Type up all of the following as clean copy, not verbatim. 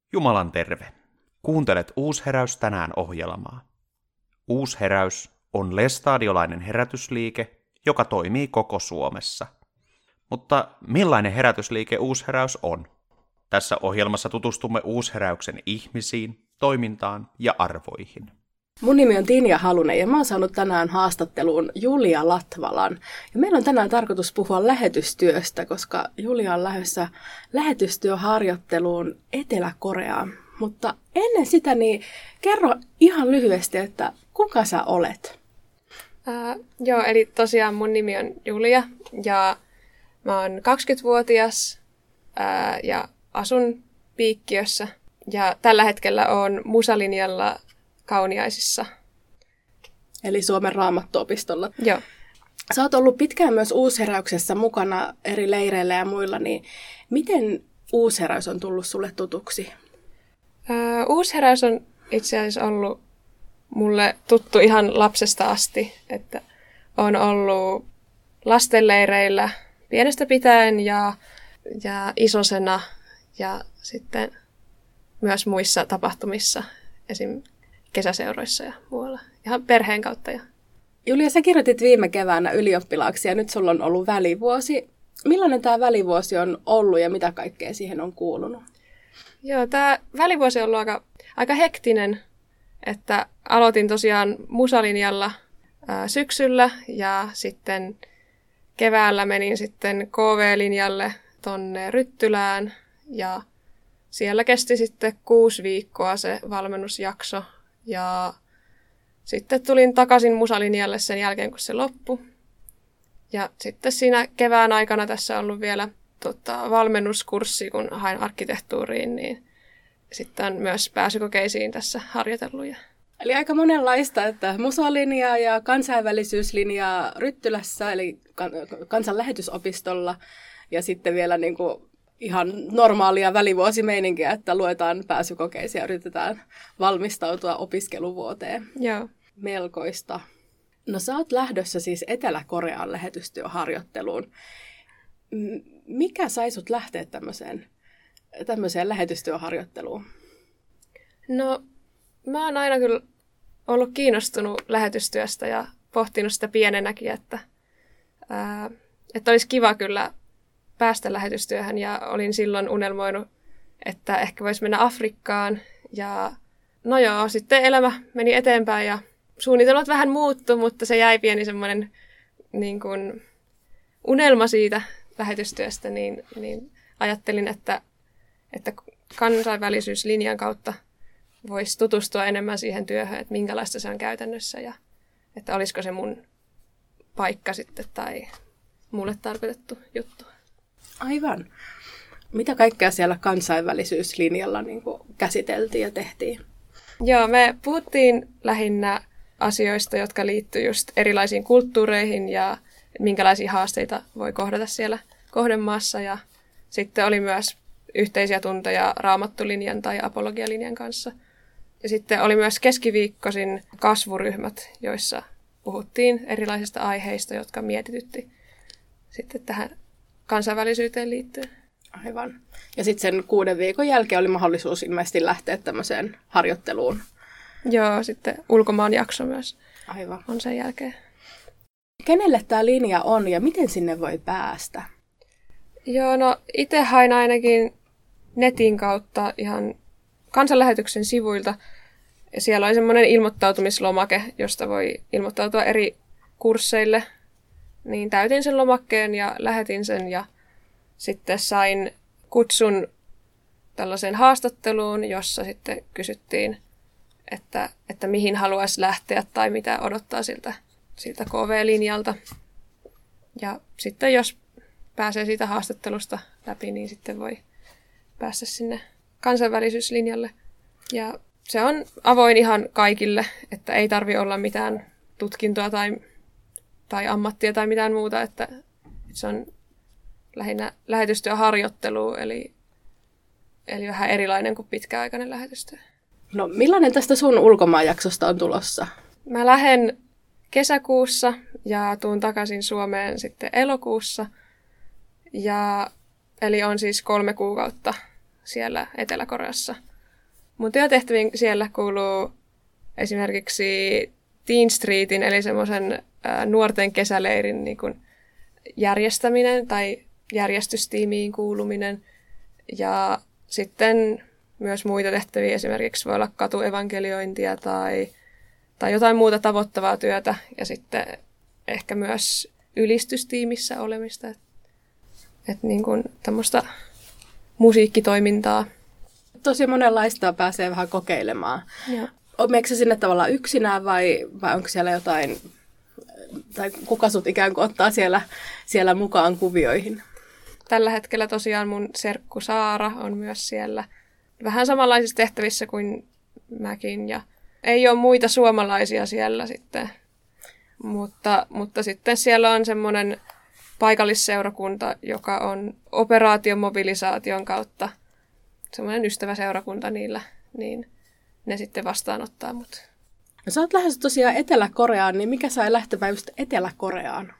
Jumalan terve. Kuuntelet Uusheräys tänään -ohjelmaa. Uusheräys on lestadiolainen herätysliike, joka toimii koko Suomessa. Mutta millainen herätysliike Uusheräys on? Tässä ohjelmassa tutustumme Uusheräyksen ihmisiin, toimintaan ja arvoihin. Mun nimi on Tinja Halunen ja mä oon saanut tänään haastatteluun Julia Latvalan. Ja meillä on tänään tarkoitus puhua lähetystyöstä, koska Julia on lähdössä lähetystyöharjoitteluun Etelä-Koreaan. Mutta ennen sitä niin kerro ihan lyhyesti, että kuka sä olet? Eli tosiaan mun nimi on Julia ja mä oon 20-vuotias ja asun Piikkiössä. Ja tällä hetkellä oon musalinjalla Kauniaisissa. Eli Suomen Raamattuopistolla. Joo. Sä oot ollut pitkään myös Uusheräyksessä mukana eri leireillä ja muilla, niin miten Uusheräys on tullut sulle tutuksi? Uusheräys on itse asiassa ollut mulle tuttu ihan lapsesta asti, että on ollut lastenleireillä pienestä pitäen ja isosena ja sitten myös muissa tapahtumissa, esim. Kesäseuroissa ja muualla, ihan perheen kautta. Julia, sä kirjoitit viime keväänä ylioppilaaksi ja nyt sulla on ollut välivuosi. Millainen tämä välivuosi on ollut ja mitä kaikkea siihen on kuulunut? Joo, tämä välivuosi on ollut aika hektinen, että aloitin tosiaan musalinjalla syksyllä ja sitten keväällä menin sitten KV-linjalle tonne Ryttylään ja siellä kesti sitten 6 viikkoa se valmennusjakso ja sitten tulin takaisin musalinjalle sen jälkeen, kun se loppui. Ja sitten siinä kevään aikana tässä on ollut vielä valmennuskurssi, kun hain arkkitehtuuriin, niin sitten on myös pääsykokeisiin tässä harjoitellut. Eli aika monenlaista, että musalinjaa ja kansainvälisyyslinjaa Ryttylässä, eli kansanlähetysopistolla, ja sitten vielä niin kuin ihan normaalia välivuosimeininkiä, että luetaan pääsykokeisia ja yritetään valmistautua opiskeluvuoteen. Joo. Melkoista. No sä oot lähdössä siis Etelä-Korean lähetystyöharjoitteluun. Mikä sai sut lähteä tämmöiseen lähetystyöharjoitteluun? No mä oon aina kyllä ollut kiinnostunut lähetystyöstä ja pohtinut sitä pienenäkin, että olisi kiva kyllä päästä lähetystyöhön ja olin silloin unelmoinut, että ehkä voisi mennä Afrikkaan. Ja no joo, sitten elämä meni eteenpäin ja suunnitelmat vähän muuttui, mutta se jäi pieni semmoinen niin kuin unelma siitä lähetystyöstä, niin ajattelin, että kansainvälisyyslinjan kautta voisi tutustua enemmän siihen työhön, että minkälaista se on käytännössä ja että olisiko se mun paikka sitten tai mulle tarkoitettu juttu. Aivan. Mitä kaikkea siellä kansainvälisyyslinjalla niin kuin käsiteltiin ja tehtiin? Joo, me puhuttiin lähinnä asioista, jotka liittyy just erilaisiin kulttuureihin ja minkälaisia haasteita voi kohdata siellä kohdemaassa. Ja sitten oli myös yhteisiä tunteja raamattulinjan tai apologialinjan kanssa. Ja sitten oli myös keskiviikkoisin kasvuryhmät, joissa puhuttiin erilaisista aiheista, jotka mietitytti sitten tähän kansainvälisyyteen liittyen. Aivan. Ja sitten sen 6 viikon jälkeen oli mahdollisuus ilmeisesti lähteä tämmöiseen harjoitteluun. Joo, sitten ulkomaan jakso myös. Aivan. On sen jälkeen. Kenelle tämä linja on ja miten sinne voi päästä? Joo, no itse hain ainakin netin kautta ihan kansanlähetyksen sivuilta. Ja siellä oli semmoinen ilmoittautumislomake, josta voi ilmoittautua eri kursseille. Niin täytin sen lomakkeen ja lähetin sen ja sitten sain kutsun tällaiseen haastatteluun, jossa sitten kysyttiin, että mihin haluaisi lähteä tai mitä odottaa siltä KV-linjalta. Ja sitten jos pääsee siitä haastattelusta läpi, niin sitten voi päästä sinne kansainvälisyyslinjalle. Ja se on avoin ihan kaikille, että ei tarvitse olla mitään tutkintoa tai ammattia tai mitään muuta, että se on lähinnä lähetystyöharjoittelua, eli vähän erilainen kuin pitkäaikainen lähetystyö. No millainen tästä sun ulkomaanjaksosta on tulossa? Mä lähden kesäkuussa ja tuun takaisin Suomeen sitten elokuussa. Eli on siis 3 kuukautta siellä Etelä-Koreassa. Mun työtehtäviin siellä kuuluu esimerkiksi Teen Streetin, eli semmoisen nuorten kesäleirin niin kuin järjestäminen tai järjestystiimiin kuuluminen. Ja sitten myös muita tehtäviä, esimerkiksi voi olla katuevankeliointia tai jotain muuta tavoittavaa työtä. Ja sitten ehkä myös ylistystiimissä olemista. Että niin kuin tämmöistä musiikkitoimintaa. Tosi monenlaista pääsee vähän kokeilemaan. Joo. Meneekö se sinne tavallaan yksinään vai onko siellä jotain, tai kuka sut ikään kuin ottaa siellä mukaan kuvioihin? Tällä hetkellä tosiaan mun serkku Saara on myös siellä vähän samanlaisissa tehtävissä kuin mäkin. Ja ei ole muita suomalaisia siellä sitten, mutta sitten siellä on semmoinen paikallisseurakunta, joka on operaation mobilisaation kautta semmoinen ystäväseurakunta niillä, niin ne sitten vastaanottaa mut. No, sä oot lähes tosiaan Etelä-Koreaan, niin mikä sai lähtemään just Etelä-Koreaan?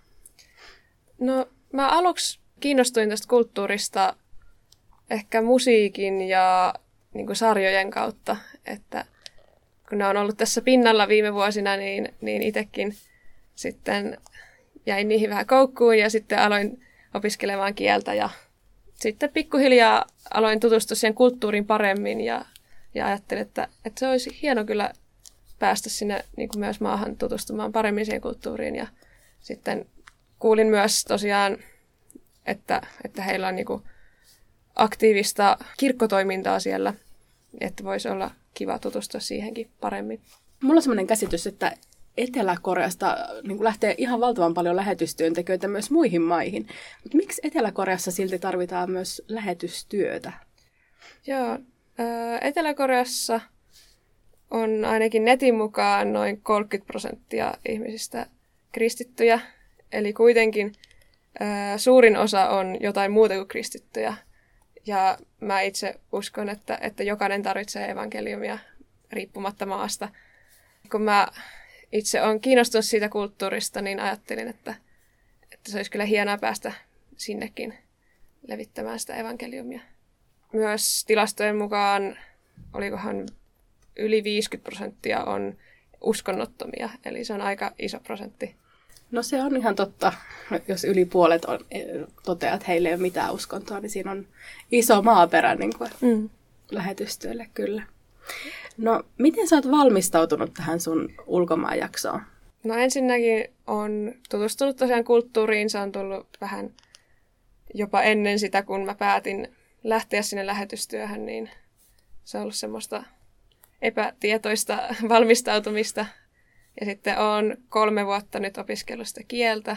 No mä aluksi kiinnostuin tästä kulttuurista ehkä musiikin ja niin kuin sarjojen kautta, että kun ne on ollut tässä pinnalla viime vuosina, niin itsekin sitten jäin niihin vähän koukkuun ja sitten aloin opiskelemaan kieltä ja sitten pikkuhiljaa aloin tutustua siihen kulttuuriin paremmin ja ajattelin, että se olisi hieno kyllä päästä sinne niin kuin myös maahan tutustumaan paremmin siihen kulttuuriin. Ja sitten kuulin myös tosiaan, että heillä on niin kuin aktiivista kirkkotoimintaa siellä, että voisi olla kiva tutustua siihenkin paremmin. Mulla on sellainen käsitys, että Etelä-Koreasta niin lähtee ihan valtavan paljon lähetystyöntekijöitä myös muihin maihin. Mutta miksi Etelä-Koreassa silti tarvitaan myös lähetystyötä? Joo, Etelä-Koreassa on ainakin netin mukaan noin 30% ihmisistä kristittyjä. Eli kuitenkin suurin osa on jotain muuta kuin kristittyjä. Ja mä itse uskon, että jokainen tarvitsee evankeliumia riippumatta maasta. Kun mä itse olen kiinnostunut siitä kulttuurista, niin ajattelin, että se olisi kyllä hienoa päästä sinnekin levittämään sitä evankeliumia. Myös tilastojen mukaan, olikohan yli 50% on uskonnottomia, eli se on aika iso prosentti. No se on ihan totta. Jos yli puolet toteaa, että heillä ei ole mitään uskontoa, niin siinä on iso maaperä niin kuin lähetystyölle kyllä. No, miten sä oot valmistautunut tähän sun ulkomaanjaksoon? No ensinnäkin on tutustunut tosiaan kulttuuriin. Se on tullut vähän jopa ennen sitä, kun mä päätin lähteä sinne lähetystyöhön, niin se on ollut semmoista epätietoista valmistautumista. Ja sitten olen 3 vuotta nyt opiskellut sitä kieltä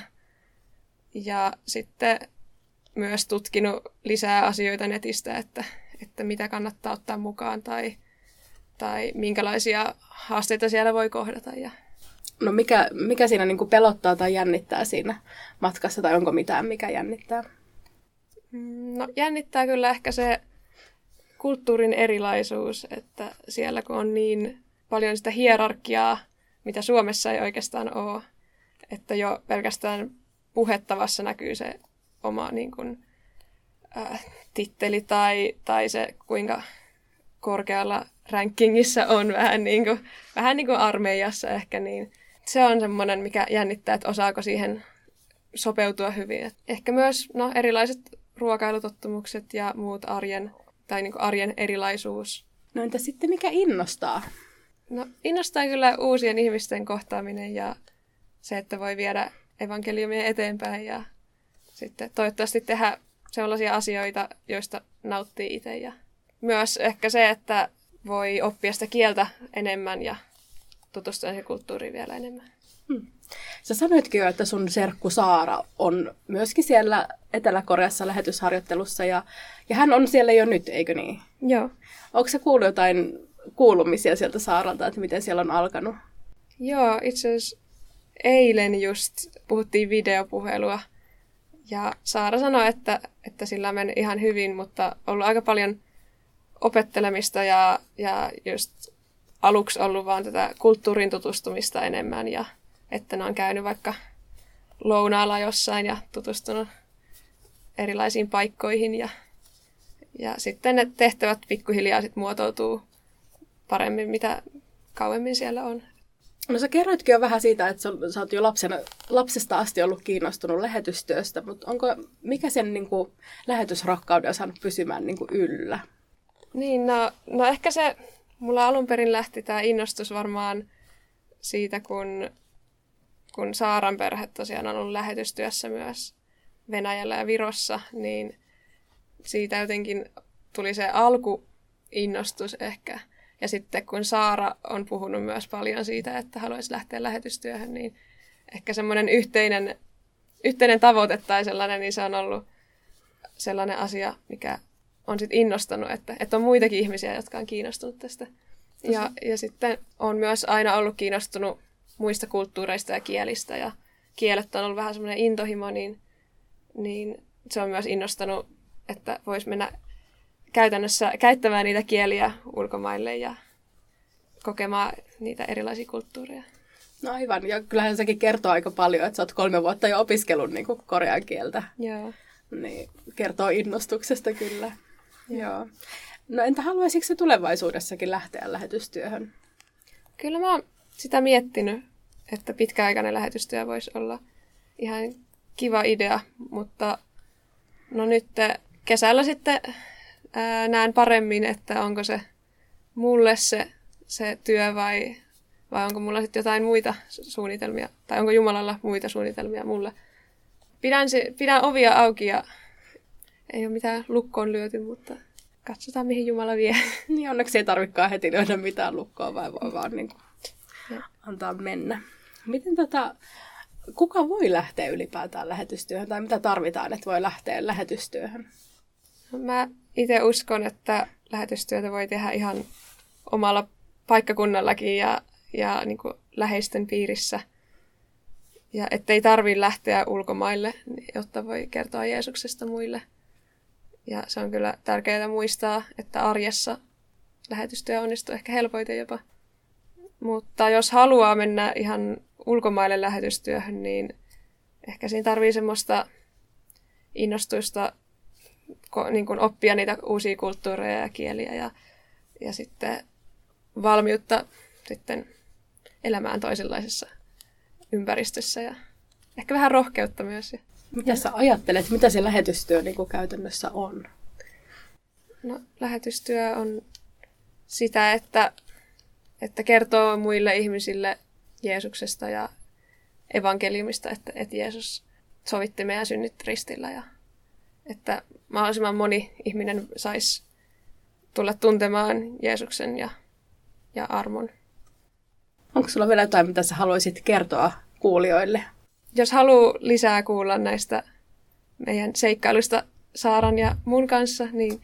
ja sitten myös tutkinut lisää asioita netistä, että mitä kannattaa ottaa mukaan tai minkälaisia haasteita siellä voi kohdata. No mikä siinä niin kuin pelottaa tai jännittää siinä matkassa, tai onko mitään, mikä jännittää? No jännittää kyllä ehkä se kulttuurin erilaisuus, että siellä kun on niin paljon sitä hierarkiaa, mitä Suomessa ei oikeastaan ole, että jo pelkästään puhettavassa näkyy se oma niin kuin, titteli tai se kuinka korkealla rankingissa on vähän niin kuin armeijassa ehkä, niin se on semmoinen, mikä jännittää, että osaako siihen sopeutua hyvin. Et ehkä myös erilaiset ruokailutottumukset ja muut arjen erilaisuus. No entä sitten mikä innostaa? No innostaa kyllä uusien ihmisten kohtaaminen ja se, että voi viedä evankeliumia eteenpäin ja sitten toivottavasti tehdä sellaisia asioita, joista nauttii itse. Ja myös ehkä se, että voi oppia sitä kieltä enemmän ja tutustua siihen kulttuuriin vielä enemmän. Sä sanoitkin jo, että sun serkku Saara on myöskin siellä Etelä-Koreassa lähetysharjoittelussa ja hän on siellä jo nyt, eikö niin? Joo. Onko sä kuullut jotain kuulumisia sieltä Saaralta, että miten siellä on alkanut? Joo, itse asiassa eilen just puhuttiin videopuhelua ja Saara sanoi, että sillä on mennyt ihan hyvin, mutta on ollut aika paljon opettelemista ja just aluksi ollut vaan tätä kulttuurin tutustumista enemmän ja että ne on käynyt vaikka lounaalla jossain ja tutustunut erilaisiin paikkoihin ja sitten ne tehtävät pikkuhiljaa sit muotoutuu paremmin, mitä kauemmin siellä on. No sä kerroitkin jo vähän siitä, että sä oot jo lapsesta asti ollut kiinnostunut lähetystyöstä, mutta mikä sen niin kuin, lähetysrakkauden on saanut pysymään niin kuin, yllä? Niin, no ehkä mulla alun perin lähti tämä innostus varmaan siitä, kun Saaran perhe tosiaan on ollut lähetystyössä myös Venäjällä ja Virossa, niin siitä jotenkin tuli se alkuinnostus ehkä. Ja sitten kun Saara on puhunut myös paljon siitä, että haluaisi lähteä lähetystyöhön, niin ehkä semmoinen yhteinen tavoite tai sellainen, niin se on ollut sellainen asia, mikä on sitten innostanut, että on muitakin ihmisiä, jotka on kiinnostunut tästä. Ja sitten on myös aina ollut kiinnostunut muista kulttuureista ja kielistä, ja kielet on ollut vähän semmoinen intohimo, niin se on myös innostanut, että voisi mennä käytännössä käyttämään niitä kieliä ulkomaille ja kokemaan niitä erilaisia kulttuureja. No aivan, ja kyllähän sekin kertoo aika paljon, että sä oot 3 vuotta jo opiskellut niin kuin korean kieltä. Joo. Niin, kertoo innostuksesta kyllä. Joo. No entä haluaisitko sä tulevaisuudessakin lähteä lähetystyöhön? Kyllä mä oon sitä miettinyt, että pitkäaikainen lähetystyö voisi olla ihan kiva idea, mutta no nyt kesällä sitten näen paremmin, että onko se mulle se työ vai onko mulla sitten jotain muita suunnitelmia, tai onko Jumalalla muita suunnitelmia mulle. Pidän ovia auki ja ei ole mitään lukkoon lyöty, mutta katsotaan mihin Jumala vie. Niin onneksi ei tarvitsekaan heti lyödä mitään lukkoa, vai voi vaan niin kuin antaa mennä. Miten kuka voi lähteä ylipäätään lähetystyöhön, tai mitä tarvitaan, että voi lähteä lähetystyöhön? Mä itse uskon, että lähetystyötä voi tehdä ihan omalla paikkakunnallakin ja niin kuin läheisten piirissä. Ja ettei tarvitse lähteä ulkomaille, jotta voi kertoa Jeesuksesta muille. Ja se on kyllä tärkeää muistaa, että arjessa lähetystyö onnistuu ehkä helpoiten jopa. Mutta jos haluaa mennä ihan ulkomaille lähetystyöhön, niin ehkä siinä tarvii semmoista innostusta niin kuin oppia niitä uusia kulttuureja ja kieliä ja sitten valmiutta sitten elämään toisenlaisessa ympäristössä ja ehkä vähän rohkeutta myös. Mitä sä ajattelet, mitä se lähetystyö niin kuin käytännössä on? No, lähetystyö on sitä, että kertoo muille ihmisille Jeesuksesta ja evankeliumista, että Jeesus sovitti meidän synnit ristillä ja että mahdollisimman moni ihminen saisi tulla tuntemaan Jeesuksen ja armon. Onko sulla vielä jotain, mitä sä haluaisit kertoa kuulijoille? Jos haluaa lisää kuulla näistä meidän seikkailuista Saaran ja mun kanssa, niin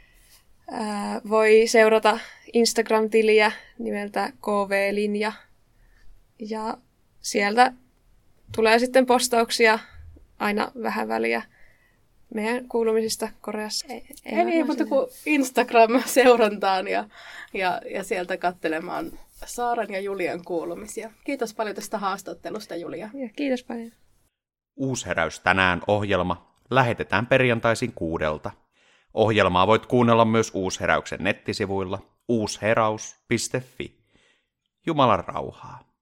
voi seurata Instagram-tiliä nimeltä KV-linja. Ja sieltä tulee sitten postauksia aina vähän väliä meidän kuulumisista Koreassa. Ei muuta kuin Instagram-seurantaan ja sieltä katselemaan Saaran ja Julian kuulumisia. Kiitos paljon tästä haastattelusta, Julia. Ja kiitos paljon. Uusheräys tänään -ohjelma lähetetään perjantaisin 6. Ohjelmaa voit kuunnella myös Uusheräyksen nettisivuilla uusheraus.fi. Jumalan rauhaa.